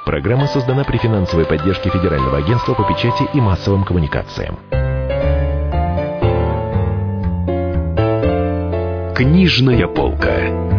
Программа создана при финансовой поддержке Федерального агентства по печати и массовым коммуникациям. Книжная полка.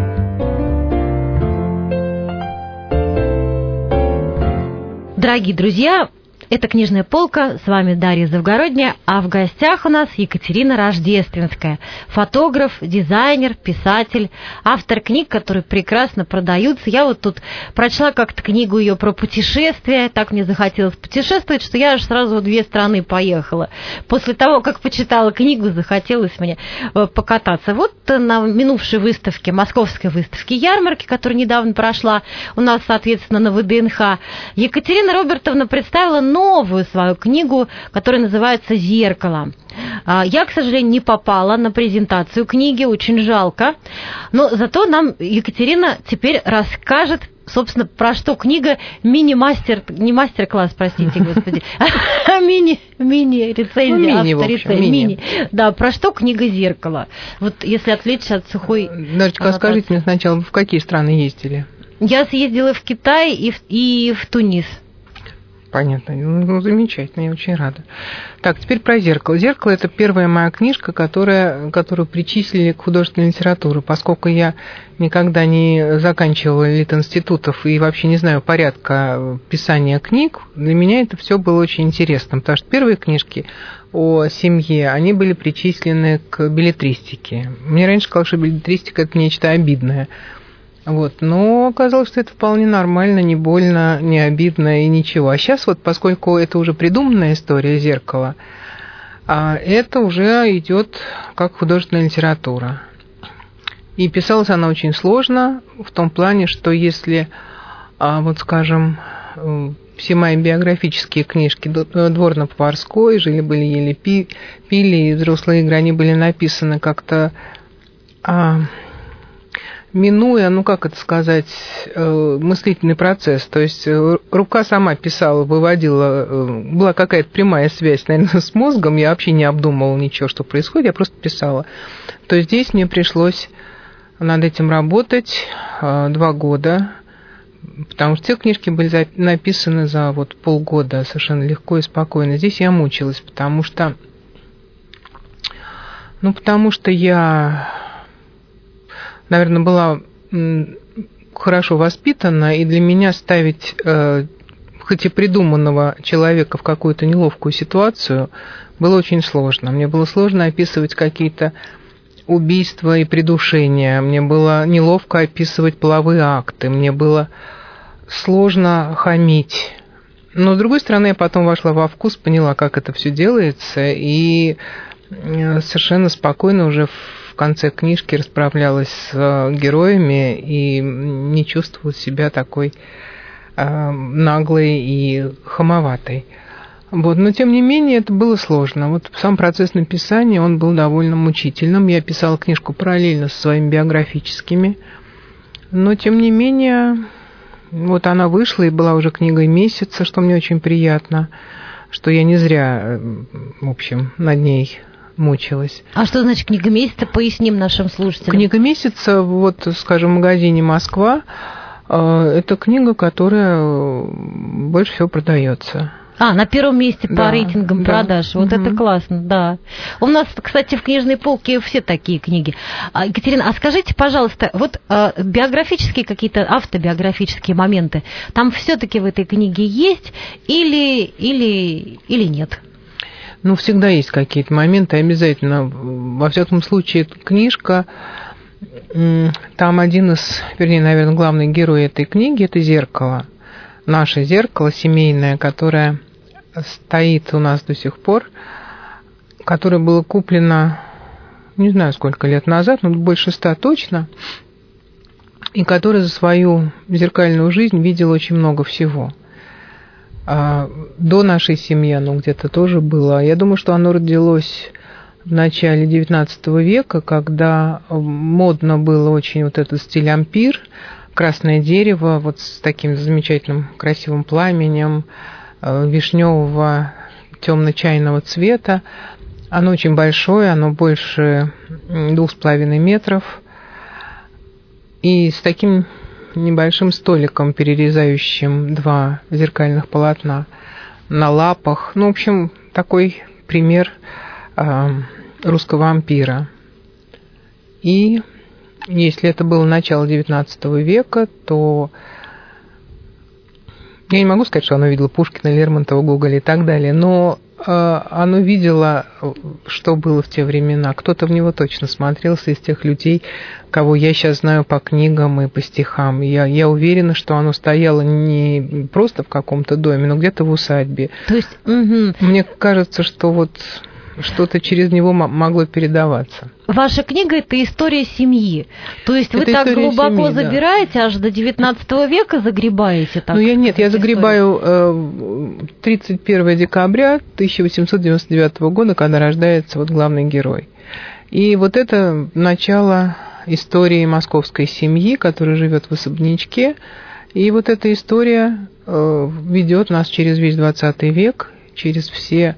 Дорогие друзья, это «Книжная полка», с вами Дарья Завгородняя, а в гостях у нас Екатерина Рождественская, фотограф, дизайнер, писатель, автор книг, которые прекрасно продаются. Я вот тут прочла как-то книгу ее про путешествия, так мне захотелось путешествовать, что я аж сразу в 2 страны поехала. После того, как почитала книгу, захотелось мне покататься. Вот на минувшей выставке, московской выставке ярмарки, которая недавно прошла, у нас, соответственно, на ВДНХ, Екатерина Робертовна представила новую свою книгу, которая называется «Зеркало». Я, к сожалению, не попала на презентацию книги, очень жалко, но зато нам Екатерина теперь расскажет, собственно, про что книга, не мастер-класс, простите, господи, мини-рецензия, авторецензия, да, про что книга «Зеркало». Вот если отвлечься от сухой... Дарочка, скажите мне сначала, в какие страны ездили? Я съездила в Китай и в Тунис. Понятно. Ну, замечательно, я очень рада. Так, теперь про «Зеркало». «Зеркало» – это первая моя книжка, которую причислили к художественной литературе, поскольку я никогда не заканчивала литинститутов и вообще не знаю порядка писания книг. Для меня это все было очень интересно, потому что первые книжки о семье, они были причислены к беллетристике. Мне раньше казалось, что беллетристика – это нечто обидное. Вот, но оказалось, что это вполне нормально, не больно, не обидно и ничего. А сейчас вот, поскольку это уже придуманная история «Зеркала», это уже идет как художественная литература. И писалась она очень сложно, в том плане, что если, вот скажем, все мои биографические книжки «Дворно-поварской», «Жили-были, ели, пили» и «Взрослые игры», они были написаны как-то... минуя, мыслительный процесс. То есть рука сама писала, выводила, была какая-то прямая связь, наверное, с мозгом, я вообще не обдумывала ничего, что происходит, я просто писала. То есть здесь мне пришлось над этим работать 2 года, потому что все книжки были написаны за полгода совершенно легко и спокойно. Здесь я мучилась, потому что я... наверное, была хорошо воспитана, и для меня ставить, хоть и придуманного человека в какую-то неловкую ситуацию, было очень сложно. Мне было сложно описывать какие-то убийства и придушения, мне было неловко описывать половые акты, мне было сложно хамить. Но, с другой стороны, я потом вошла во вкус, поняла, как это все делается, и совершенно спокойно уже в конце книжки расправлялась с героями и не чувствовала себя такой наглой и хамоватой. Вот. Но, тем не менее, это было сложно. Вот сам процесс написания, он был довольно мучительным. Я писала книжку параллельно со своими биографическими. Но, тем не менее, вот она вышла и была уже книгой месяца, что мне очень приятно, что я не зря, в общем, над ней мучилась. А что значит книга месяца? Поясним нашим слушателям. Книга месяца, вот, скажем, в магазине «Москва», это книга, которая больше всего продается. На первом месте по рейтингам продаж. Вот это классно, да. У нас, кстати, в книжной полке все такие книги. Екатерина, а скажите, пожалуйста, вот биографические какие-то, автобиографические моменты, там все-таки в этой книге есть или нет? Ну, всегда есть какие-то моменты, обязательно. Во всяком случае, книжка, там наверное, главный герой этой книги – это «Зеркало». Наше зеркало семейное, которое стоит у нас до сих пор, которое было куплено, не знаю, сколько лет назад, но больше 100 точно, и которое за свою зеркальную жизнь видело очень много всего. До нашей семьи оно где-то тоже было. Я думаю, что оно родилось в начале XIX века, когда модно было очень вот этот стиль ампир, красное дерево, вот с таким замечательным красивым пламенем, вишневого темно-чайного цвета. Оно очень большое, оно больше 2,5 метров. И с таким небольшим столиком, перерезающим 2 зеркальных полотна на лапах. Ну, в общем, такой пример русского ампира. И если это было начало XIX века, то я не могу сказать, что оно видело Пушкина, Лермонтова, Гоголя и так далее, но оно видело, что было в те времена. Кто-то в него точно смотрелся из тех людей, кого я сейчас знаю по книгам и по стихам. Я уверена, что оно стояло не просто в каком-то доме, но где-то в усадьбе. То есть, мне кажется, что вот что-то через него могло передаваться. Ваша книга – это история семьи. То есть вы так глубоко забираете, аж до 19 века загребаете? Так, я загребаю 31 декабря 1899 года, когда рождается вот главный герой. И вот это начало истории московской семьи, которая живет в особнячке. И вот эта история ведет нас через весь 20 век, через все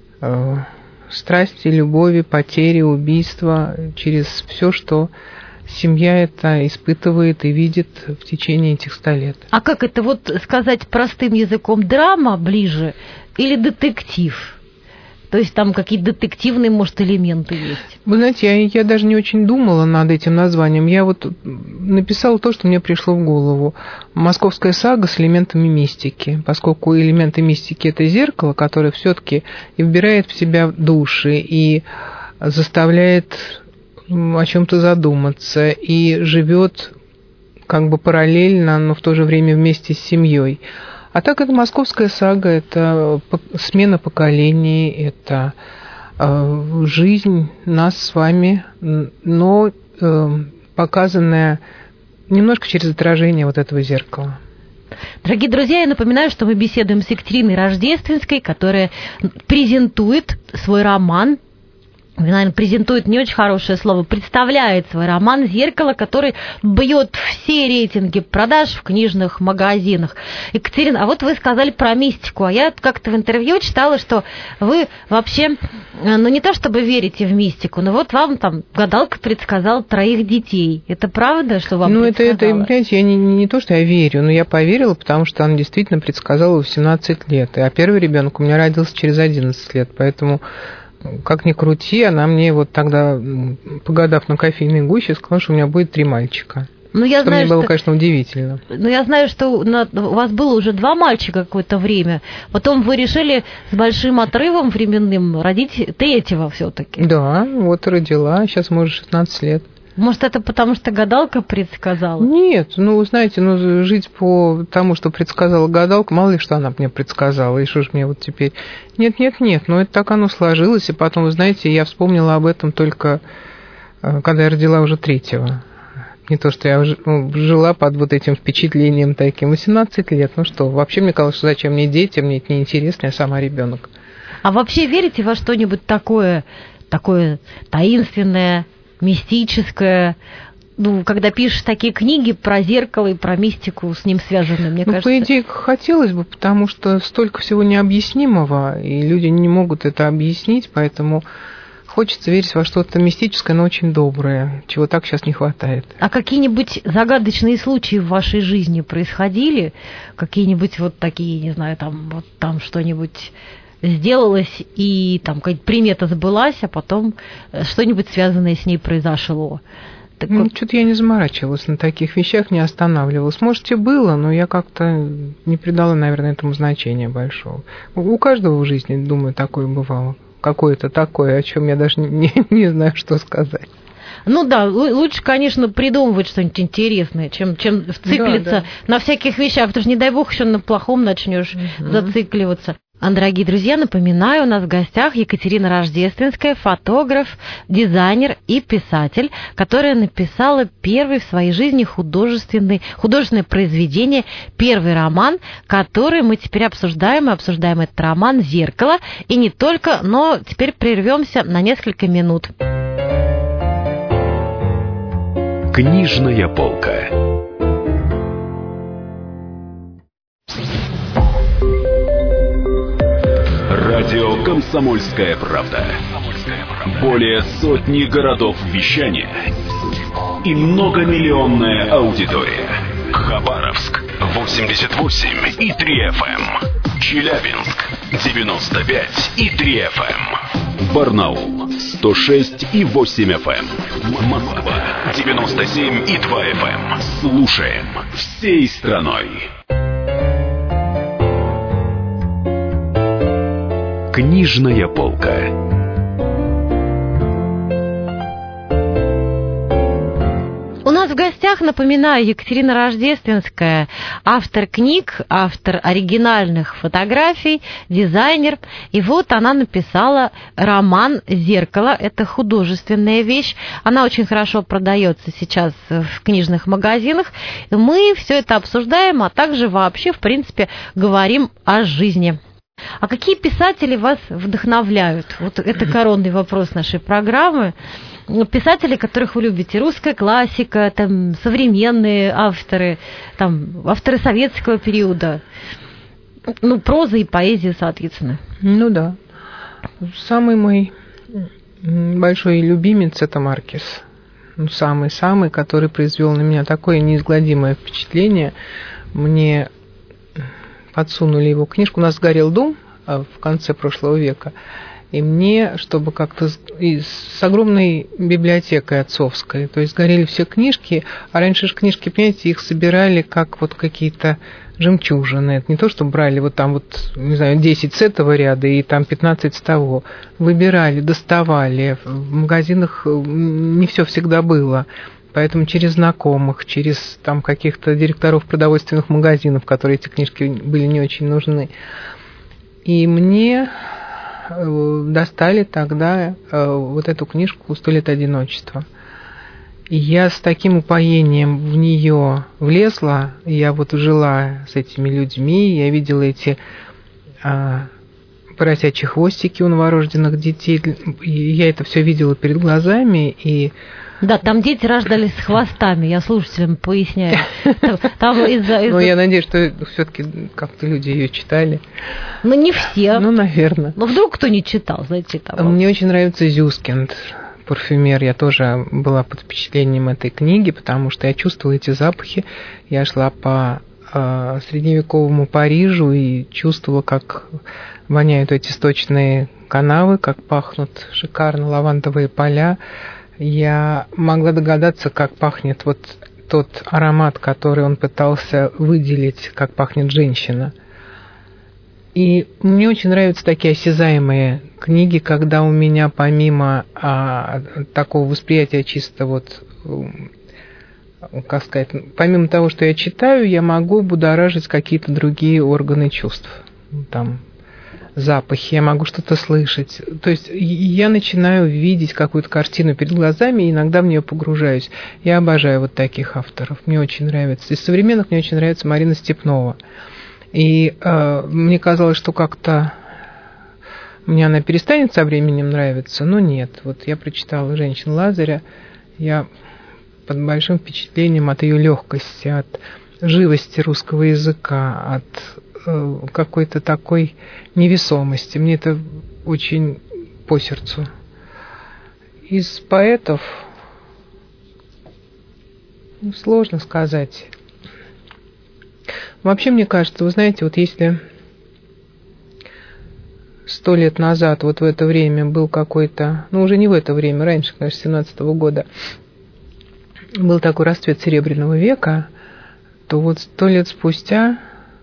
страсти, любови, потери, убийства, через все, что семья это испытывает и видит в течение этих 100 лет. А как это вот сказать простым языком, драма ближе или детектив? То есть там какие-то детективные, может, элементы есть? Вы знаете, я даже не очень думала над этим названием. Я вот написала то, что мне пришло в голову. Московская сага с элементами мистики. Поскольку элементы мистики – это зеркало, которое все-таки и вбирает в себя души, и заставляет о чем-то задуматься, и живет как бы параллельно, но в то же время вместе с семьей. А так это московская сага, это смена поколений, это жизнь нас с вами, но показанная немножко через отражение вот этого зеркала. Дорогие друзья, я напоминаю, что мы беседуем с Екатериной Рождественской, которая презентует свой роман. Наверное, презентует не очень хорошее слово, представляет свой роман «Зеркало», который бьет все рейтинги продаж в книжных магазинах. Екатерина, а вот вы сказали про мистику, а я как-то в интервью читала, что вы вообще, не то чтобы верите в мистику, но вот вам там гадалка предсказала 3 детей. Это правда, что вам предсказала? Это, понимаете, я не то, что я верю, но я поверила, потому что она действительно предсказала в 17 лет. А первый ребенок у меня родился через 11 лет, поэтому... Как ни крути, она мне вот тогда, погадав на кофейной гуще, сказала, что у меня будет 3 мальчика. Мне было, конечно, удивительно. Но я знаю, что у вас было уже 2 мальчика какое-то время. Потом вы решили с большим отрывом временным родить 3-го все-таки. Да, вот родила, сейчас ему уже 16 лет. Может, это потому, что гадалка предсказала? Нет, знаете, жить по тому, что предсказала гадалка, мало ли, что она мне предсказала, и что ж мне вот теперь... Нет, но это так оно сложилось, и потом, вы знаете, я вспомнила об этом только, когда я родила уже 3-го. Не то, что я жила под вот этим впечатлением таким. 18 лет, вообще мне казалось, что зачем мне дети, мне это неинтересно, я сама ребенок. А вообще верите во что-нибудь такое таинственное, мистическое, когда пишешь такие книги про зеркало и про мистику с ним связанные, мне кажется... По идее, хотелось бы, потому что столько всего необъяснимого, и люди не могут это объяснить, поэтому хочется верить во что-то мистическое, но очень доброе, чего так сейчас не хватает. А какие-нибудь загадочные случаи в вашей жизни происходили? Какие-нибудь вот такие, не знаю, там что-нибудь... сделалось, и там какая-то примета сбылась, а потом что-нибудь связанное с ней произошло. Что-то я не заморачивалась на таких вещах, не останавливалась. Может, и было, но я как-то не придала, наверное, этому значения большого. У каждого в жизни, думаю, такое бывало. Какое-то такое, о чем я даже не знаю, что сказать. Лучше, конечно, придумывать что-нибудь интересное, чем вциклиться на всяких вещах, потому что, не дай бог, еще на плохом начнешь зацикливаться. Дорогие друзья, напоминаю, у нас в гостях Екатерина Рождественская, фотограф, дизайнер и писатель, которая написала первый в своей жизни художественное произведение, первый роман, который мы теперь обсуждаем. Мы обсуждаем этот роман «Зеркало». И не только, но теперь прервемся на несколько минут. Книжная полка. Радио «Комсомольская правда». Более сотни городов вещания и многомиллионная аудитория. Хабаровск 88,3 FM. Челябинск 95,3 FM. Барнаул 106,8 FM. Москва 97,2 FM. Слушаем всей страной. Книжная полка. У нас в гостях, напоминаю, Екатерина Рождественская, автор книг, автор оригинальных фотографий, дизайнер. И вот она написала роман «Зеркало». Это художественная вещь. Она очень хорошо продается сейчас в книжных магазинах. Мы все это обсуждаем, а также вообще, в принципе, говорим о жизни. А какие писатели вас вдохновляют? Вот это коронный вопрос нашей программы. Писатели, которых вы любите, русская классика, там, современные авторы, там, авторы советского периода, ну, проза и поэзия, соответственно. Ну да. Самый мой большой любимец – это Маркес. Ну, самый-самый, который произвел на меня такое неизгладимое впечатление. Мне подсунули его книжку. У нас сгорел дом в конце прошлого века. И мне, чтобы как-то с огромной библиотекой отцовской, то есть сгорели все книжки, а раньше же книжки, понимаете, их собирали как вот какие-то жемчужины. Это не то, что брали вот там вот, не знаю, 10 с этого ряда и там 15 с того. Выбирали, доставали. В магазинах не все всегда было. Поэтому через знакомых, через там каких-то директоров продовольственных магазинов, которые эти книжки были не очень нужны. И мне достали тогда вот эту книжку «100 лет одиночества». И я с таким упоением в нее влезла, я вот жила с этими людьми, я видела эти поросячьи хвостики у новорожденных детей, и я это все видела перед глазами, и да, там дети рождались с хвостами, я слушателям поясняю. Ну, я надеюсь, что все-таки как-то люди ее читали. Ну, не все. Ну, наверное. Но вдруг кто не читал, знаете, того. Мне очень нравится Зюскинд, парфюмер. Я тоже была под впечатлением этой книги, потому что я чувствовала эти запахи. Я шла по средневековому Парижу и чувствовала, как воняют эти сточные канавы, как пахнут шикарно лавандовые поля. Я могла догадаться, как пахнет вот тот аромат, который он пытался выделить, как пахнет женщина. И мне очень нравятся такие осязаемые книги, когда у меня помимо такого восприятия чисто вот, как сказать, помимо того, что я читаю, я могу будоражить какие-то другие органы чувств. Там запахи, я могу что-то слышать. То есть я начинаю видеть какую-то картину перед глазами и иногда в нее погружаюсь. Я обожаю вот таких авторов. Мне очень нравится. Из современных мне очень нравится Марина Степнова. И мне казалось, что как-то мне она перестанет со временем нравиться, но нет. Вот я прочитала «Женщин Лазаря», я под большим впечатлением от ее легкости, от живости русского языка, от какой-то такой невесомости. Мне это очень по сердцу. Из поэтов сложно сказать. Вообще, мне кажется, вы знаете, вот если 100 лет назад, вот в это время был какой-то, ну уже не в это время, раньше, конечно, 17-го года, был такой расцвет Серебряного века, то вот 100 лет спустя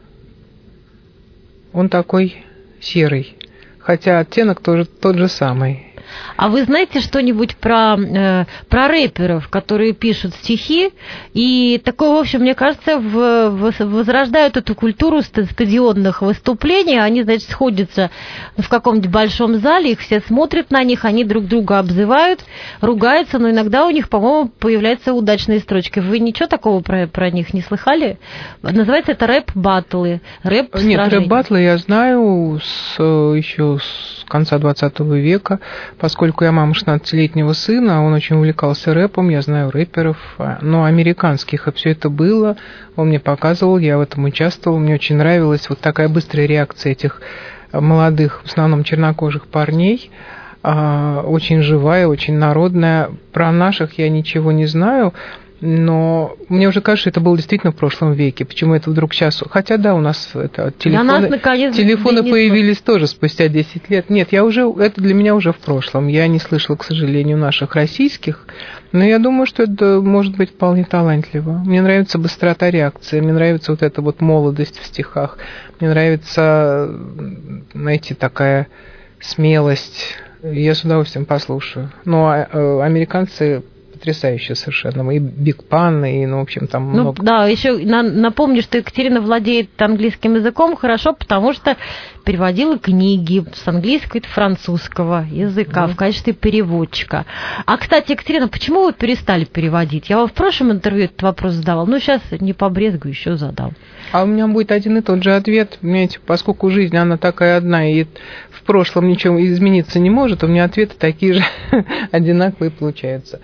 он такой серый, хотя оттенок тоже тот же самый. А вы знаете что-нибудь про рэперов, которые пишут стихи, и такое, в общем, мне кажется, возрождают эту культуру стадионных выступлений, они, значит, сходятся в каком-нибудь большом зале, их все смотрят на них, они друг друга обзывают, ругаются, но иногда у них, по-моему, появляются удачные строчки. Вы ничего такого про них не слыхали? Называется это рэп-баттлы, рэп-сражения. Нет, рэп-баттлы я знаю еще с конца 20 века, поскольку я мама 16-летнего сына, он очень увлекался рэпом, я знаю рэперов, но американских, и все это было, он мне показывал, я в этом участвовал, мне очень нравилась вот такая быстрая реакция этих молодых, в основном чернокожих парней, очень живая, очень народная. Про наших я ничего не знаю, Но мне уже кажется, это было действительно в прошлом веке. Почему это вдруг сейчас? Хотя да, у нас это, телефоны появились тоже спустя 10 лет. Нет, это для меня уже в прошлом. Я не слышала, к сожалению, наших российских. Но я думаю, что это может быть вполне талантливо. Мне нравится быстрота реакции, мне нравится вот эта вот молодость в стихах. Мне нравится, знаете, такая смелость. Я с удовольствием послушаю. Но американцы потрясающие совершенно. И Биг Пан, и, в общем, там много. Да, еще напомню, что Екатерина владеет английским языком хорошо, потому что переводила книги с английского и французского языка в качестве переводчика. А, кстати, Екатерина, почему вы перестали переводить? Я вам в прошлом интервью этот вопрос задавал, сейчас не побрезгую, еще задам. А у меня будет один и тот же ответ. Понимаете, поскольку жизнь, она такая одна, и в прошлом ничего измениться не может, у меня ответы такие же одинаковые получаются.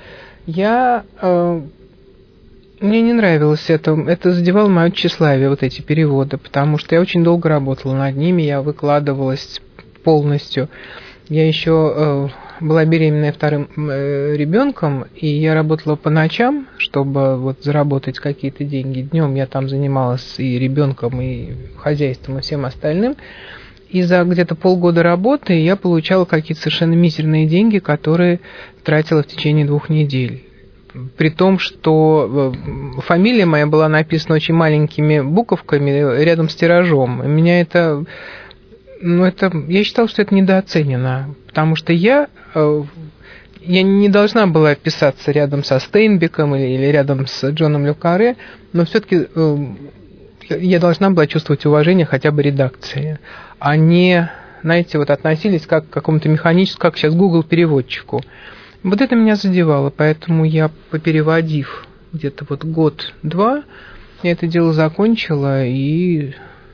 Мне не нравилось это. Это задевало мое тщеславие, вот эти переводы, потому что я очень долго работала над ними, я выкладывалась полностью. Я еще была беременная вторым ребенком, и я работала по ночам, чтобы вот заработать какие-то деньги. Днем я там занималась и ребенком, и хозяйством, и всем остальным. И за где-то полгода работы я получала какие-то совершенно мизерные деньги, которые тратила в течение 2 недель. При том, что фамилия моя была написана очень маленькими буковками рядом с тиражом. И меня это... я считала, что это недооценено. Потому что я не должна была писаться рядом со Стейнбеком или рядом с Джоном Ле Карре, но все-таки я должна была чувствовать уважение хотя бы редакции. Они, знаете, вот относились как к какому-то механическому, как сейчас Google переводчику. Вот это меня задевало, поэтому я, попереводив где-то вот год-два, я это дело закончила и...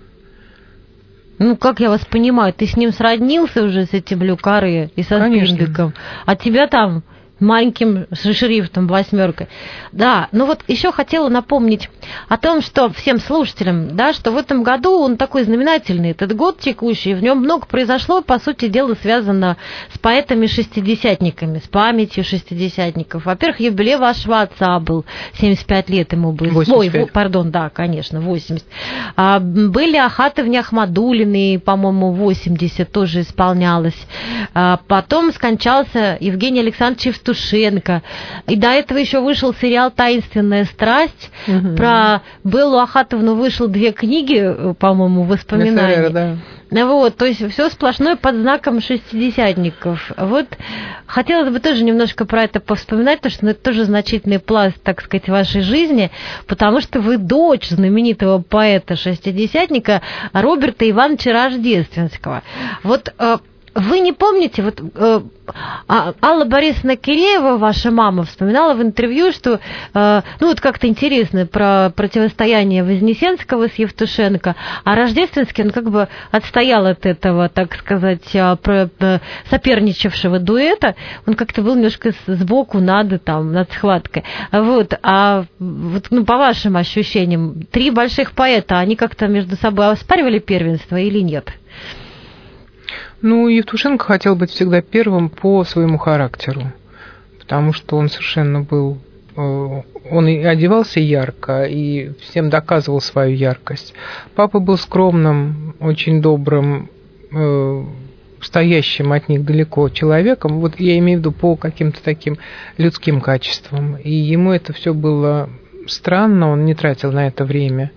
как я вас понимаю, ты с ним сроднился уже, с этим Ле Карре и со Стейнбеком, а тебя там маленьким шрифтом 8. Да, еще хотела напомнить о том, что всем слушателям, да, что в этом году он такой знаменательный, этот год текущий, в нем много произошло, по сути дела, связано с поэтами-шестидесятниками, с памятью шестидесятников. Во-первых, юбилей вашего отца был, 75 лет ему было. 85. Конечно, 80. Были Ахатовне Ахмадуллиной, по-моему, 80 тоже исполнялось. Потом скончался Евгений Александрович Евтушенко. И до этого еще вышел сериал «Таинственная страсть». Про Беллу Ахатовну вышел 2 книги, по-моему, воспоминаний. Да. То есть все сплошное под знаком шестидесятников. Хотелось бы тоже немножко про это повспоминать, потому что это тоже значительный пласт, так сказать, вашей жизни, потому что вы дочь знаменитого поэта-шестидесятника Роберта Ивановича Рождественского. Вы не помните, Алла Борисовна Киреева, ваша мама, вспоминала в интервью, что, как-то интересно про противостояние Вознесенского с Евтушенко, а Рождественский, он как бы отстоял от этого, так сказать, соперничавшего дуэта, он как-то был немножко сбоку над схваткой. По вашим ощущениям, 3 больших поэта, они как-то между собой оспаривали первенство или нет? Евтушенко хотел быть всегда первым по своему характеру, потому что он совершенно был... Он и одевался ярко, и всем доказывал свою яркость. Папа был скромным, очень добрым, стоящим от них далеко человеком. Я имею в виду по каким-то таким людским качествам. И ему это все было странно, он не тратил на это время.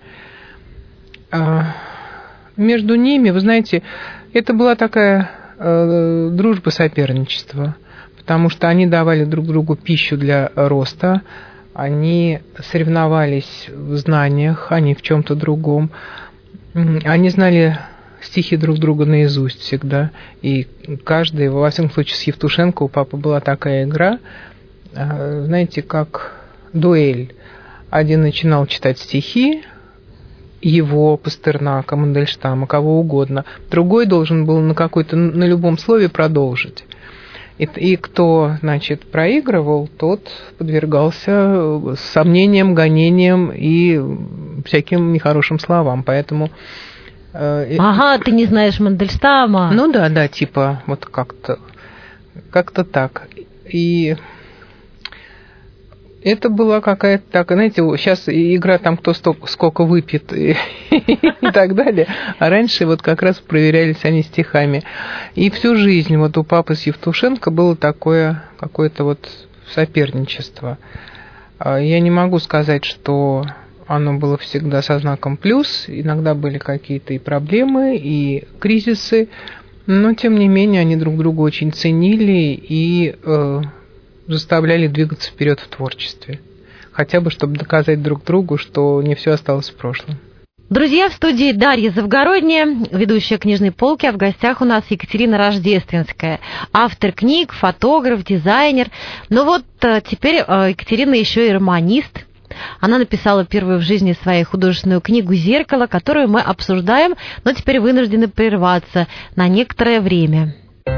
Между ними, вы знаете, это была такая дружба-соперничество, потому что они давали друг другу пищу для роста, они соревновались в знаниях, а не в чем-то другом. Они знали стихи друг друга наизусть всегда, и каждый, во всяком случае, с Евтушенко у папы была такая игра, знаете, как дуэль. Один начинал читать стихи, его, Пастернака, Мандельштама, кого угодно. Другой должен был на любом слове продолжить. И кто, проигрывал, тот подвергался сомнениям, гонениям и всяким нехорошим словам. Поэтому... ты не знаешь Мандельштама. Да, типа, как-то так. И Это была какая-то так, знаете, сейчас игра там кто сколько выпьет и так далее, а раньше вот как раз проверялись они стихами. И всю жизнь вот у папы с Евтушенко было такое какое-то вот соперничество. Я не могу сказать, что оно было всегда со знаком плюс, иногда были какие-то и проблемы, и кризисы, но тем не менее они друг друга очень ценили и заставляли двигаться вперед в творчестве. Хотя бы, чтобы доказать друг другу, что не все осталось в прошлом. Друзья, в студии Дарья Завгородняя, ведущая книжной полки, а в гостях у нас Екатерина Рождественская, автор книг, фотограф, дизайнер. Но вот теперь Екатерина еще и романист. Она написала первую в жизни свою художественную книгу «Зеркало», которую мы обсуждаем, но теперь вынуждены прерваться на некоторое время.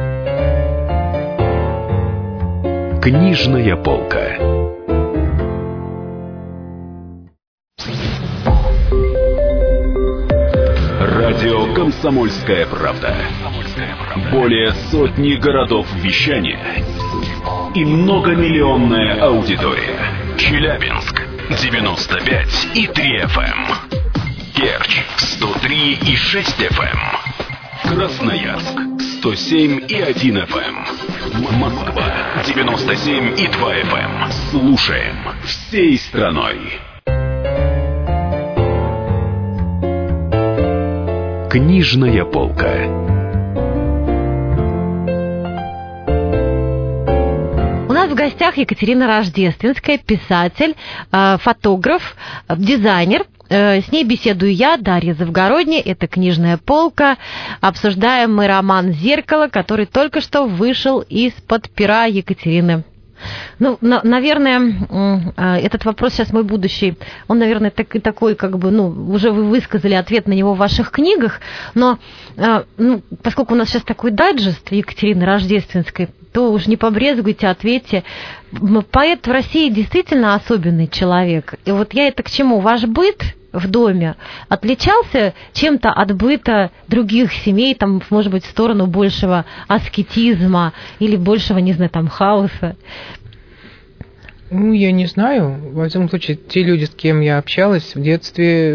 Книжная полка. Радио «Комсомольская правда». Более сотни городов вещания и многомиллионная аудитория. Челябинск 95,3 FM. Керчь 103,6 FM. Красноярск 107,1 FM. Москва 97,2 FM. Слушаем всей страной. Книжная полка. У нас в гостях Екатерина Рождественская, писатель, фотограф, дизайнер. С ней беседую я, Дарья Завгородняя, это «Книжная полка». Обсуждаем мы роман «Зеркало», который только что вышел из-под пера Екатерины. Ну, наверное, этот вопрос сейчас мой будущий, он, наверное, такой, как бы, уже вы высказали ответ на него в ваших книгах, но поскольку у нас сейчас такой дайджест Екатерины Рождественской, то уж не побрезгуйте, ответьте. Поэт в России действительно особенный человек. И вот я это к чему? Ваш быт в доме отличался чем-то от быта других семей, там, может быть, в сторону большего аскетизма или большего, не знаю, там, хаоса? Ну, я не знаю. Во всяком случае, те люди, с кем я общалась в детстве,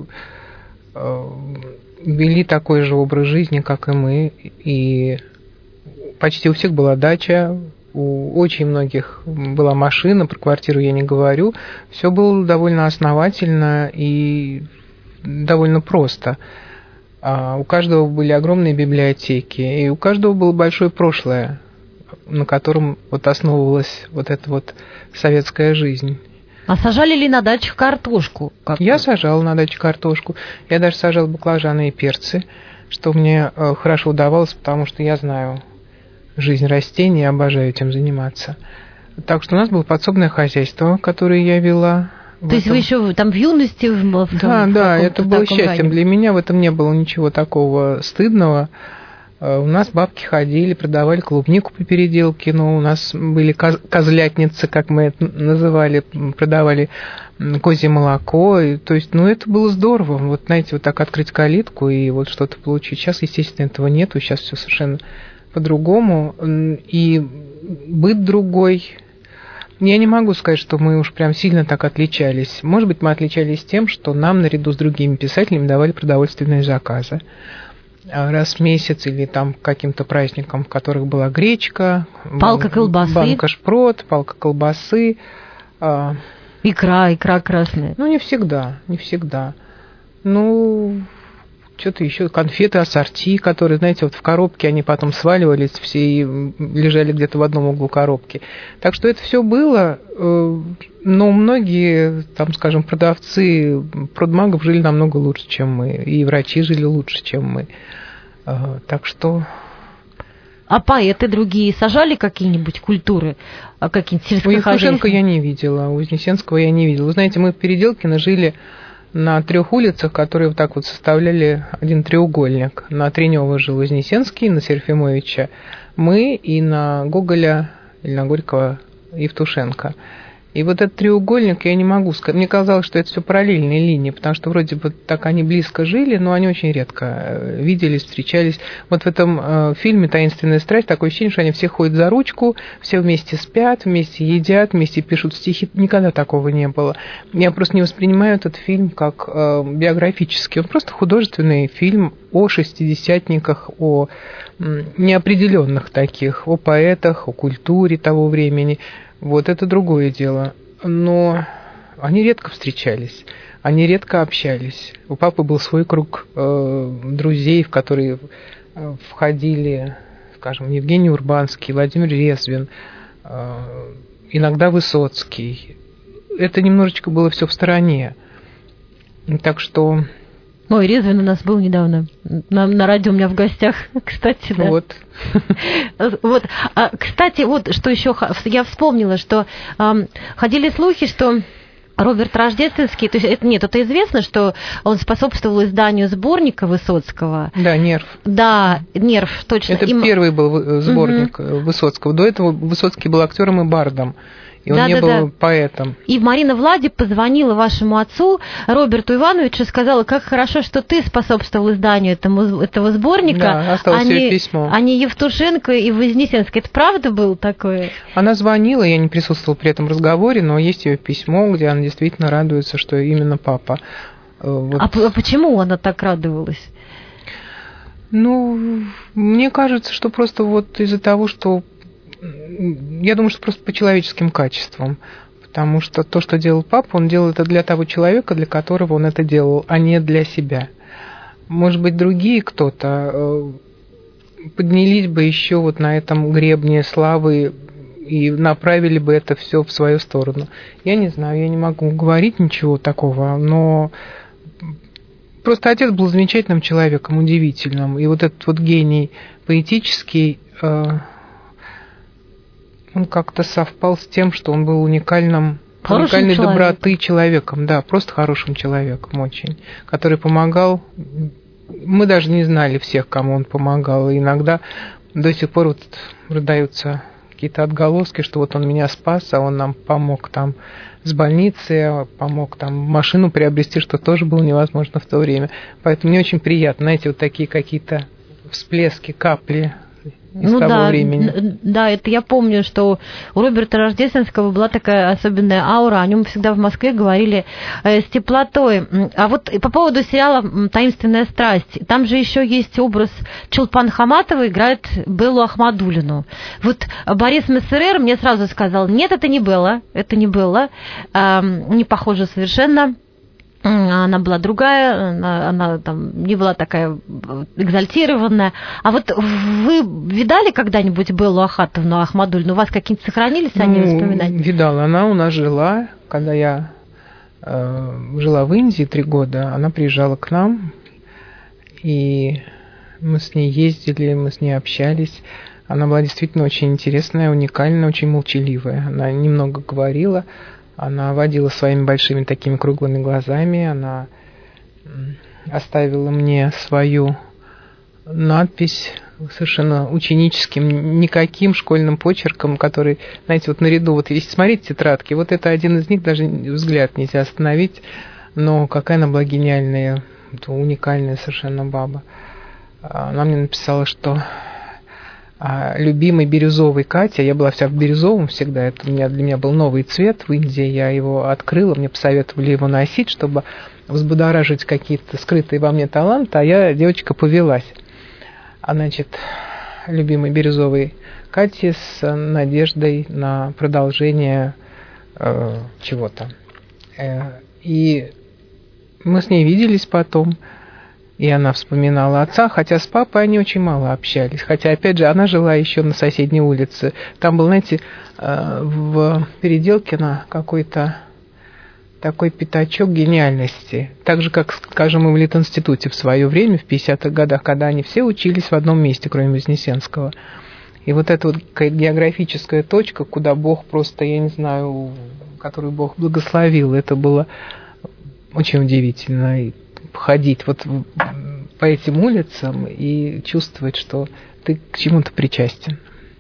вели такой же образ жизни, как и мы. И почти у всех была дача, у очень многих была машина, про квартиру я не говорю. Все было довольно основательно и довольно просто. У каждого были огромные библиотеки, и у каждого было большое прошлое, на котором вот основывалась вот эта вот советская жизнь. А сажали ли на дачах картошку? Я сажала на даче картошку. Я даже сажала баклажаны и перцы, что мне хорошо удавалось, потому что я знаю жизнь растений, я обожаю этим заниматься. Так что у нас было подсобное хозяйство, которое я вела. То есть вы еще там в юности? Да, это было счастьем. Для меня в этом не было ничего такого стыдного. У нас бабки ходили, продавали клубнику по переделке, но у нас были козлятницы, как мы это называли, продавали козье молоко. То есть, это было здорово. Вот, знаете, вот так открыть калитку и вот что-то получить. Сейчас, естественно, этого нету. Сейчас все совершенно по-другому, и быт другой. Я не могу сказать, что мы уж прям сильно так отличались. Может быть, мы отличались тем, что нам наряду с другими писателями давали продовольственные заказы. Раз в месяц или там каким-то праздникам, в которых была гречка, палка колбасы, банка шпрот, палка колбасы. Икра красная. Не всегда. Что-то еще, конфеты ассорти, которые, знаете, вот в коробке они потом сваливались все и лежали где-то в одном углу коробки. Так что это все было, но многие, там, скажем, продавцы продмагов жили намного лучше, чем мы, и врачи жили лучше, чем мы. Так что... А поэты другие сажали какие-нибудь культуры, какие-нибудь сельскохозяйственные? У Евтушенко я не видела, у Вознесенского я не видела. Вы знаете, мы в Переделкино жили на 3 улицах, которые вот так вот составляли один треугольник. На Тренёва жил Вознесенский, на Серафимовича мы, и на Гоголя или на Горького Евтушенко. И вот этот треугольник я не могу сказать. Мне казалось, что это все параллельные линии, потому что вроде бы так они близко жили, но они очень редко виделись, встречались. Вот в этом фильме «Таинственная страсть» такое ощущение, что они все ходят за ручку, все вместе спят, вместе едят, вместе пишут стихи. Никогда такого не было. Я просто не воспринимаю этот фильм как биографический. Он просто художественный фильм о шестидесятниках, о неопределенных таких, о поэтах, о культуре того времени. Вот это другое дело. Но они редко встречались, они редко общались. У папы был свой круг друзей, в которые входили, скажем, Евгений Урбанский, Владимир Резвин, иногда Высоцкий. Это немножечко было все в стороне. Так что... Ой, Резвин у нас был недавно. На радио у меня в гостях, кстати, да. Вот. Вот. Кстати, вот что еще я вспомнила, что ходили слухи, что Роберт Рождественский, то есть это известно, что он способствовал изданию сборника Высоцкого. Да, «Нерв». Да, «Нерв», точно. Это первый был сборник Высоцкого. До этого Высоцкий был актером и бардом. И он не был поэтом. И Марина Влади позвонила вашему отцу, Роберту Ивановичу, и сказала, как хорошо, что ты способствовал изданию этого сборника, да, осталось ее письмо. А не Евтушенко и Вознесенский. Это правда было такое? Она звонила, я не присутствовала при этом разговоре, но есть ее письмо, где она действительно радуется, что именно папа. Вот. А почему она так радовалась? Ну, мне кажется, что просто вот из-за того, что... Я думаю, что просто по человеческим качествам. Потому что то, что делал папа, он делал это для того человека, для которого он это делал, а не для себя. Может быть, другие кто-то поднялись бы еще вот на этом гребне славы и направили бы это все в свою сторону. Я не знаю, я не могу говорить ничего такого, но просто отец был замечательным человеком, удивительным. И вот этот вот гений поэтический... он как-то совпал с тем, что он был уникальной доброты человеком, да, просто хорошим человеком очень, который помогал. Мы даже не знали всех, кому он помогал, и иногда до сих пор вот раздаются какие-то отголоски, что вот он меня спас, а он нам помог там с больницы, помог там машину приобрести, что тоже было невозможно в то время. Поэтому мне очень приятно, знаете, вот такие какие-то всплески, капли из того времени. Да, это я помню, что у Роберта Рождественского была такая особенная аура, о нем всегда в Москве говорили с теплотой. А вот по поводу сериала «Таинственная страсть», там же еще есть образ Чулпан Хаматова, играет Беллу Ахмадуллину. Вот Борис Мессерер мне сразу сказал, нет, это не Белла, не похоже совершенно. Она была другая, она там не была такая экзальтированная. А вот вы видали когда-нибудь Беллу Ахатовну Ахмадуллину? У вас какие-то сохранились они воспоминания? Видала. Она у нас жила, когда я жила в Индии 3 года. Она приезжала к нам, и мы с ней ездили, мы с ней общались. Она была действительно очень интересная, уникальная, очень молчаливая. Она немного говорила. Она водила своими большими такими круглыми глазами, она оставила мне свою надпись совершенно ученическим, никаким школьным почерком, который, знаете, вот наряду, вот если смотреть тетрадки, вот это один из них, даже взгляд нельзя остановить, но какая она была гениальная, уникальная совершенно баба. Она мне написала, что... любимый бирюзовый Катя, я была вся в бирюзовом всегда, это для меня был новый цвет в Индии, я его открыла, мне посоветовали его носить, чтобы взбудоражить какие-то скрытые во мне таланты, а я, девочка, повелась. Значит, любимый бирюзовый Катя с надеждой на продолжение чего-то. И мы с ней виделись потом, и она вспоминала отца, хотя с папой они очень мало общались. Хотя, опять же, она жила еще на соседней улице. Там был, знаете, в Переделкино какой-то такой пятачок гениальности. Так же, как, скажем, и в Литинституте в свое время, в 50-х годах, когда они все учились в одном месте, кроме Вознесенского. И вот эта вот географическая точка, куда Бог просто, я не знаю, которую Бог благословил, это было очень удивительно. И ходить вот по этим улицам и чувствовать, что ты к чему-то причастен.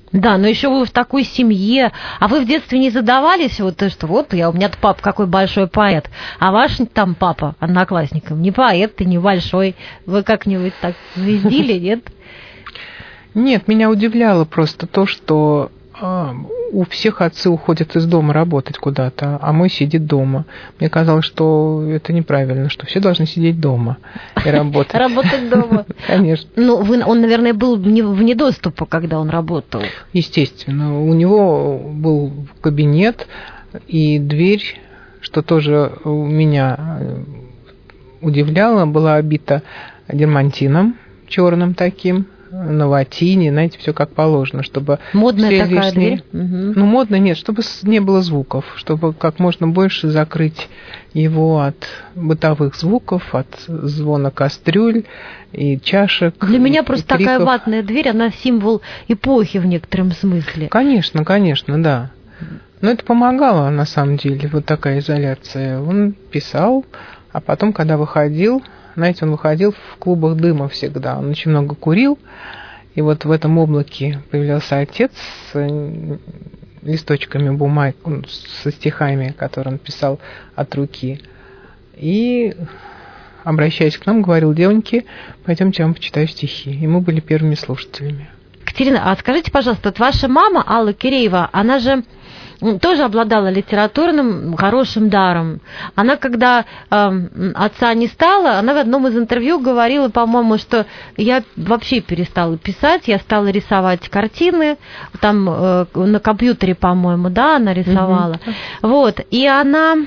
Да, но еще вы в такой семье. А вы в детстве не задавались, вот, что вот у меня-то папа какой большой поэт, а ваш там папа одноклассником не поэт, и не большой. Вы как-нибудь так звездили, нет? Нет, меня удивляло просто то, что у всех отцы уходят из дома работать куда-то, а мой сидит дома. Мне казалось, что это неправильно, что все должны сидеть дома и работать. Работать дома. Конечно. Ну, он, наверное, был вне доступа, когда он работал. Естественно. У него был кабинет и дверь, что тоже меня удивляло, была обита дермантином черным таким, на ватине, знаете, все как положено, чтобы модная все такая лишние... дверь? Угу. Ну, модно нет, чтобы не было звуков, чтобы как можно больше закрыть его от бытовых звуков, от звона кастрюль и чашек. Для меня просто криков. Такая ватная дверь, она символ эпохи в некотором смысле. Конечно, да. Но это помогало, на самом деле, вот такая изоляция. Он писал, а потом, когда выходил... Знаете, он выходил в клубах дыма всегда. Он очень много курил. И вот в этом облаке появлялся отец с листочками бумаг, со стихами, которые он писал от руки. И, обращаясь к нам, говорил: девоньки, пойдемте, я вам почитаю стихи. И мы были первыми слушателями. Катерина, а скажите, пожалуйста, вот ваша мама, Алла Киреева, она же тоже обладала литературным хорошим даром. Она, когда отца не стало, она в одном из интервью говорила, по-моему, что я вообще перестала писать, я стала рисовать картины, там на компьютере, по-моему, да, она рисовала. Вот, и она...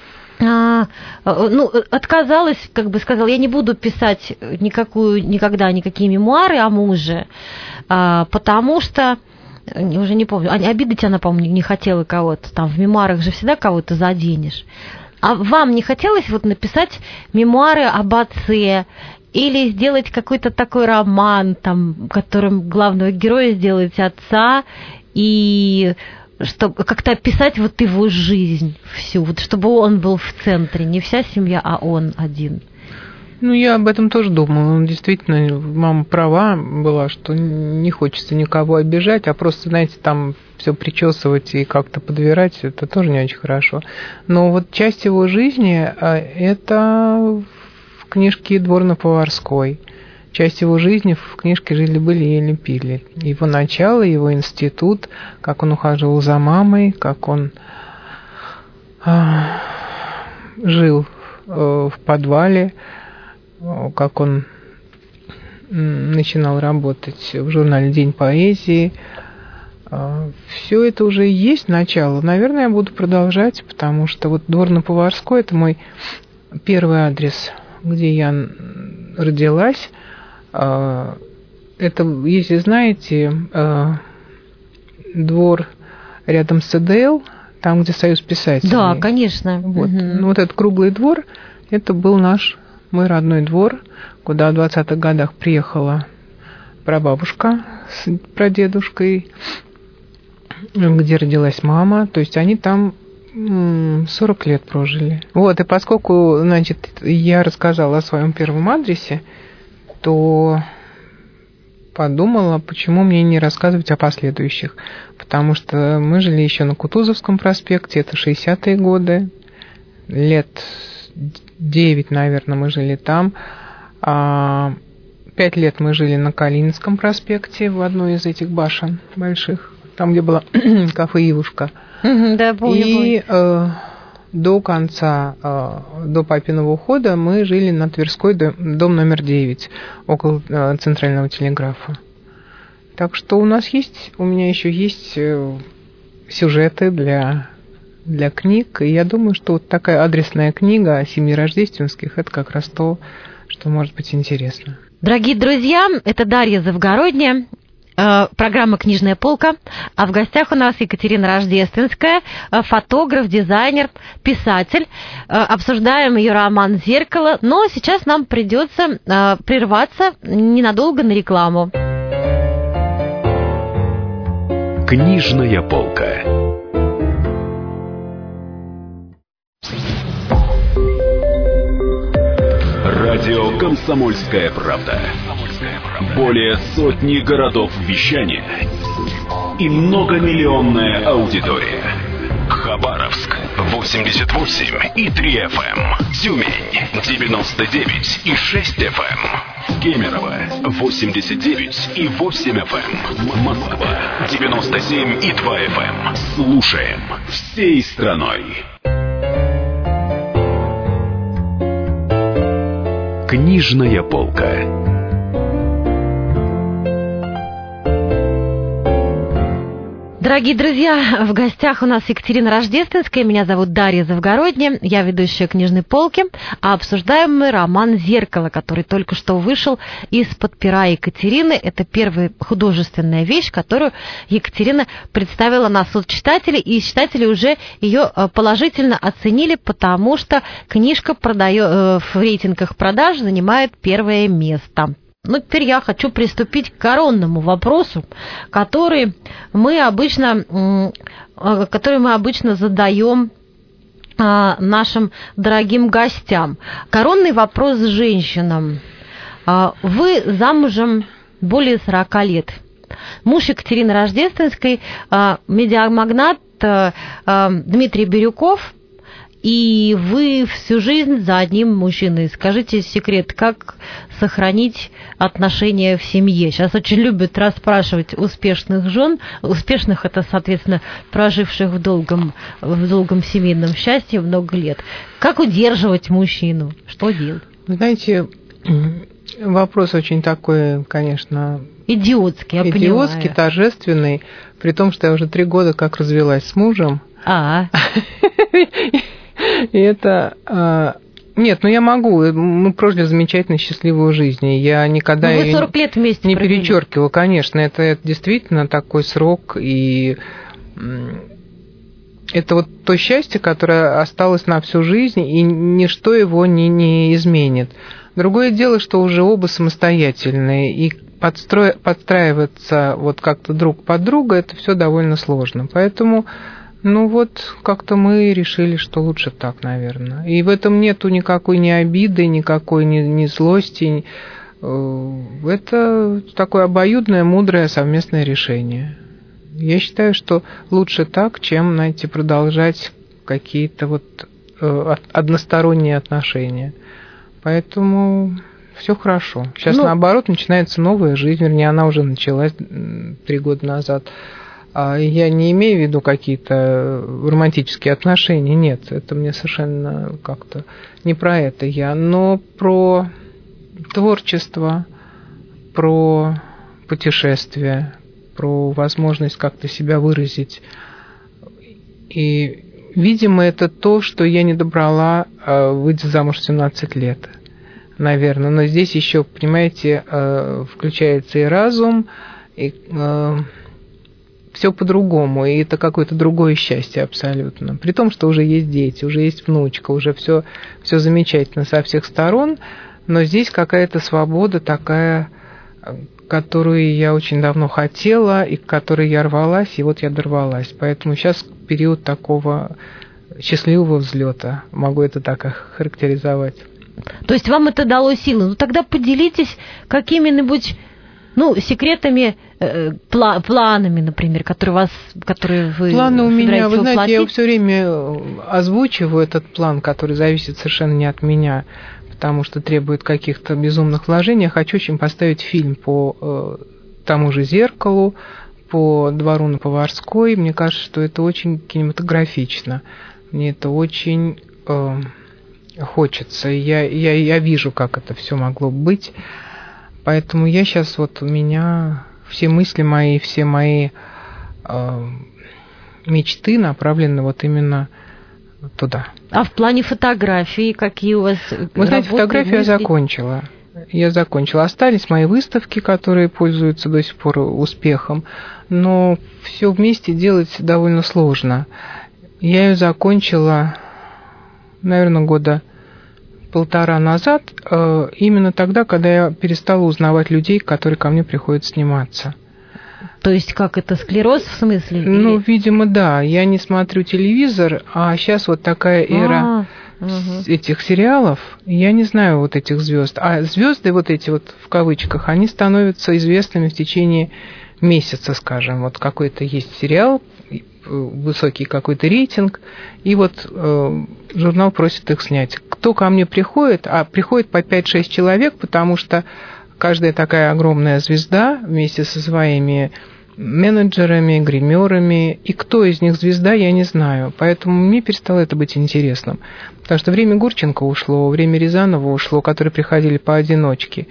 отказалась, как бы сказала, я не буду писать никогда никакие мемуары о муже, потому что уже не помню, обидеть она, по-моему, не хотела кого-то, там в мемуарах же всегда кого-то заденешь. А вам не хотелось вот написать мемуары об отце или сделать какой-то такой роман, там, которым главного героя сделать отца, и чтобы как-то описать вот его жизнь всю, вот чтобы он был в центре, не вся семья, а он один? Ну, я об этом тоже думала. Действительно, мама права была, что не хочется никого обижать, а просто, знаете, там все причесывать и как-то подбирать, это тоже не очень хорошо. Но вот часть его жизни – это в книжке «Дворно-поварской». Часть его жизни в книжке «Жили-были, ели-пили». Его начало, его институт, как он ухаживал за мамой, как он жил в подвале, как он начинал работать в журнале «День поэзии». Все это уже есть начало. Наверное, я буду продолжать, потому что вот Дворно-поварской – это мой первый адрес, где я родилась. Это, если знаете, двор рядом с ЭДЛ, там, где Союз писателей. Да, конечно. Вот. Ну, вот этот круглый двор, это был мой родной двор, куда в 20-х годах приехала прабабушка с прадедушкой, где родилась мама. То есть они там 40 лет прожили. Вот, и поскольку, значит, я рассказала о своем первом адресе, то подумала, почему мне не рассказывать о последующих. Потому что мы жили еще на Кутузовском проспекте, это 60-е годы, лет 9, наверное, мы жили там. 5 лет мы жили на Калининском проспекте, в одной из этих башен больших, там, где было кафе «Ивушка». Да, помню. И до конца, до папиного ухода мы жили на Тверской, дом номер 9, около Центрального телеграфа. Так что у меня еще есть сюжеты для книг, и я думаю, что вот такая адресная книга о 7 рождественских – это как раз то, что может быть интересно. Дорогие друзья, это Дарья Завгородняя, программа «Книжная полка», а в гостях у нас Екатерина Рождественская, фотограф, дизайнер, писатель. Обсуждаем ее роман «Зеркало», но сейчас нам придется прерваться ненадолго на рекламу. Книжная полка. Радио «Комсомольская правда». Более сотни городов вещания и многомиллионная аудитория. Хабаровск 88,3 FM, Тюмень 99,6 FM, Кемерово 89,8 FM, Москва 97,2 FM. Слушаем всей страной. Книжная полка. Дорогие друзья, в гостях у нас Екатерина Рождественская, меня зовут Дарья Завгородняя, я ведущая книжной полки, а обсуждаем мы роман «Зеркало», который только что вышел из-под пера Екатерины. Это первая художественная вещь, которую Екатерина представила на суд читателей, и читатели уже ее положительно оценили, потому что книжка в рейтингах продаж занимает первое место. Ну, теперь я хочу приступить к коронному вопросу, который мы обычно задаем нашим дорогим гостям. Коронный вопрос женщинам. Вы замужем более 40 лет. Муж Екатерины Рождественской, медиамагнат Дмитрий Бирюков, и вы всю жизнь за одним мужчиной. Скажите секрет, как сохранить отношения в семье? Сейчас очень любят расспрашивать успешных жен. Успешных — это, соответственно, проживших в долгом семейном счастье много лет. Как удерживать мужчину? Что делать? Знаете, вопрос очень такой, конечно... Идиотский, я понимаю. Идиотский, торжественный. При том, что я уже 3 года как развелась с мужем. И это... Нет, я могу. Мы прожили замечательно счастливую жизнь. Я никогда вы 40 лет вместе не провели. перечеркивала, конечно. Это действительно такой срок. И это вот то счастье, которое осталось на всю жизнь, и ничто его не изменит. Другое дело, что уже оба самостоятельные. И подстраиваться вот как-то друг под друга, это все довольно сложно. Поэтому... как-то мы решили, что лучше так, наверное. И в этом нету никакой ни обиды, никакой ни злости. Это такое обоюдное, мудрое совместное решение. Я считаю, что лучше так, чем, знаете, продолжать какие-то односторонние отношения. Поэтому все хорошо. Сейчас, наоборот, начинается новая жизнь. Вернее, она уже началась 3 года назад. Я не имею в виду какие-то романтические отношения, нет, это мне совершенно как-то не про это я, но про творчество, про путешествия, про возможность как-то себя выразить. И, видимо, это то, что я не добрала, выйдя замуж в 17 лет, наверное. Но здесь еще, понимаете, включается и разум, и... все по-другому, и это какое-то другое счастье абсолютно. При том, что уже есть дети, уже есть внучка, уже все замечательно со всех сторон, но здесь какая-то свобода такая, которую я очень давно хотела, и к которой я рвалась, и вот я дорвалась. Поэтому сейчас период такого счастливого взлета, могу это так охарактеризовать. То есть вам это дало силы. Ну тогда поделитесь какими-нибудь секретами, планами, например, которые вы планы у меня, вы знаете, воплотить? я все время озвучиваю этот план, который зависит совершенно не от меня, потому что требует каких-то безумных вложений. Я хочу очень поставить фильм по тому же «Зеркалу», по двору на Поварской. Мне кажется, что это очень кинематографично. Мне это очень хочется. Я вижу, как это все могло быть. Поэтому я сейчас у меня все мысли мои, все мои мечты направлены именно туда. А в плане фотографий какие у вас Вы знаете, фотографию я закончила. Остались мои выставки, которые пользуются до сих пор успехом, но все вместе делать довольно сложно. Я ее закончила, наверное, 1.5 года назад, именно тогда, когда я перестала узнавать людей, которые ко мне приходят сниматься. То есть как это, склероз в смысле? Видимо, да. Я не смотрю телевизор, а сейчас такая эра этих сериалов. Я не знаю этих звезд. А звезды эти в кавычках, они становятся известными в течение месяца, скажем, вот какой-то есть сериал, высокий какой-то рейтинг, и вот журнал просит их снять. Кто ко мне приходит? Приходит по 5-6 человек, потому что каждая такая огромная звезда вместе со своими менеджерами, гримерами, и кто из них звезда, я не знаю. Поэтому мне перестало это быть интересным. Потому что время Гурченко ушло, время Рязанова ушло, которые приходили поодиночке.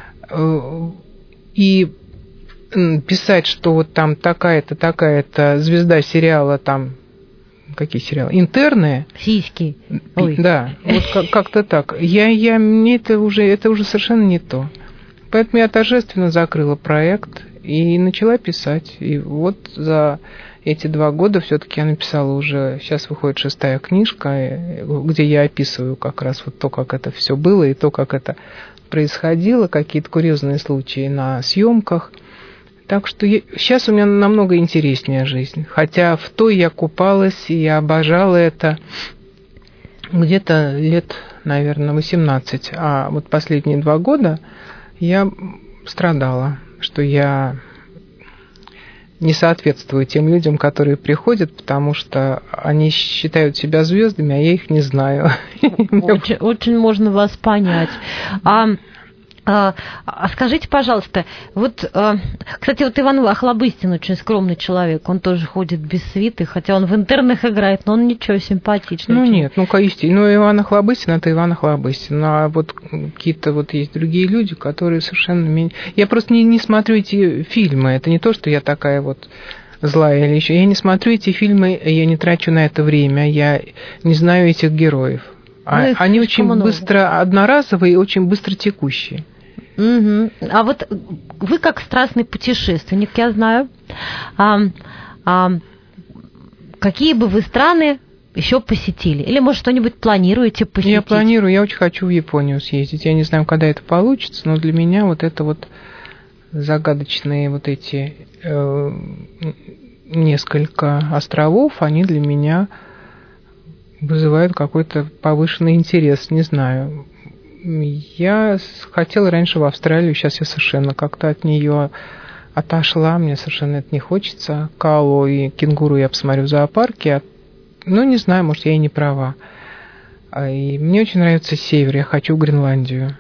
И писать, что вот там такая-то звезда сериала, там, какие сериалы? Интерны. Сиськи. Ой. Да, вот как-то так. Мне это уже совершенно не то. Поэтому я торжественно закрыла проект и начала писать. И вот за эти 2 года все-таки я написала уже, сейчас выходит 6-я книжка, где я описываю как раз вот то, как это все было, и то, как это происходило, какие-то курьезные случаи на съемках. Так что сейчас у меня намного интереснее жизнь. Хотя в той я купалась, и я обожала это где-то лет, наверное, 18. А вот последние 2 года я страдала, что я не соответствую тем людям, которые приходят, потому что они считают себя звездами, а я их не знаю. Очень можно вас понять. Скажите, пожалуйста, кстати, Иван Охлобыстин очень скромный человек, он тоже ходит без свиты, хотя он в интернах играет, но он ничего, симпатичный. Нет, Иван Охлобыстин – это Иван Охлобыстин, а вот какие-то есть другие люди, которые совершенно меня... Я просто не смотрю эти фильмы, это не то, что я такая вот злая или еще. Я не смотрю эти фильмы, я не трачу на это время, я не знаю этих героев. Они очень быстро одноразовые и очень быстро текущие. Угу. А вот вы как страстный путешественник, я знаю, какие бы вы страны еще посетили? Или, может, что-нибудь планируете посетить? Я планирую, я очень хочу в Японию съездить. Я не знаю, когда это получится, но для меня вот это вот загадочные вот эти несколько островов, они для меня вызывают какой-то повышенный интерес, не знаю. Я хотела раньше в Австралию, сейчас я совершенно как-то от нее отошла, мне совершенно это не хочется. Коалу и кенгуру я посмотрю в зоопарке, не знаю, может, я и не права. И мне очень нравится север, я хочу в Гренландию.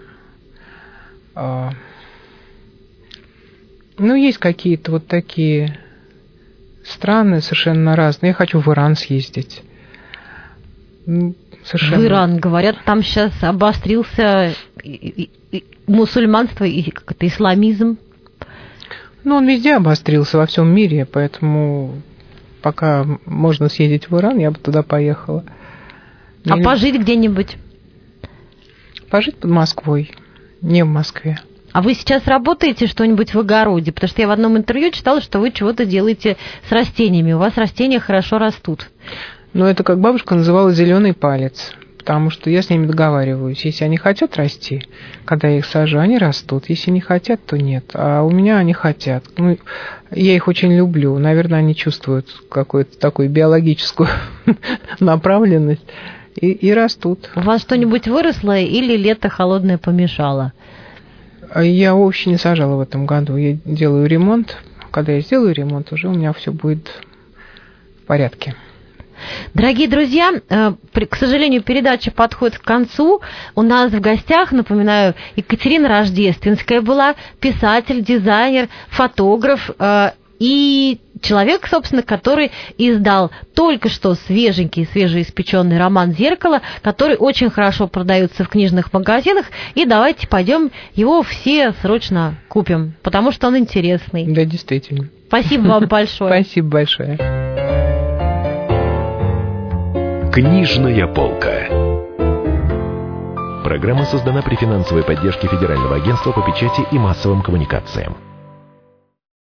Есть какие-то вот такие страны совершенно разные. Я хочу в Иран съездить. Совершенно. В Иран, говорят, там сейчас обострился мусульманство и как-то исламизм. Он везде обострился, во всем мире, поэтому пока можно съездить в Иран, я бы туда поехала. Пожить где-нибудь? Пожить под Москвой, не в Москве. А вы сейчас работаете что-нибудь в огороде? Потому что я в одном интервью читала, что вы чего-то делаете с растениями. У вас растения хорошо растут. Это, как бабушка называла, зеленый палец, потому что я с ними договариваюсь. Если они хотят расти, когда я их сажу, они растут. Если не хотят, то нет. А у меня они хотят. Я их очень люблю. Наверное, они чувствуют какую-то такую биологическую направленность и растут. У вас что-нибудь выросло или лето холодное помешало? Я овощи не сажала в этом году. Я делаю ремонт. Когда я сделаю ремонт, уже у меня все будет в порядке. Дорогие друзья, к сожалению, передача подходит к концу. У нас в гостях, напоминаю, Екатерина Рождественская была, писатель, дизайнер, фотограф и человек, собственно, который издал только что свежеиспеченный роман «Зеркало», который очень хорошо продается в книжных магазинах. И давайте пойдем его все срочно купим, потому что он интересный. Да, действительно. Спасибо вам большое. Спасибо большое. Книжная полка. Программа создана при финансовой поддержке Федерального агентства по печати и массовым коммуникациям.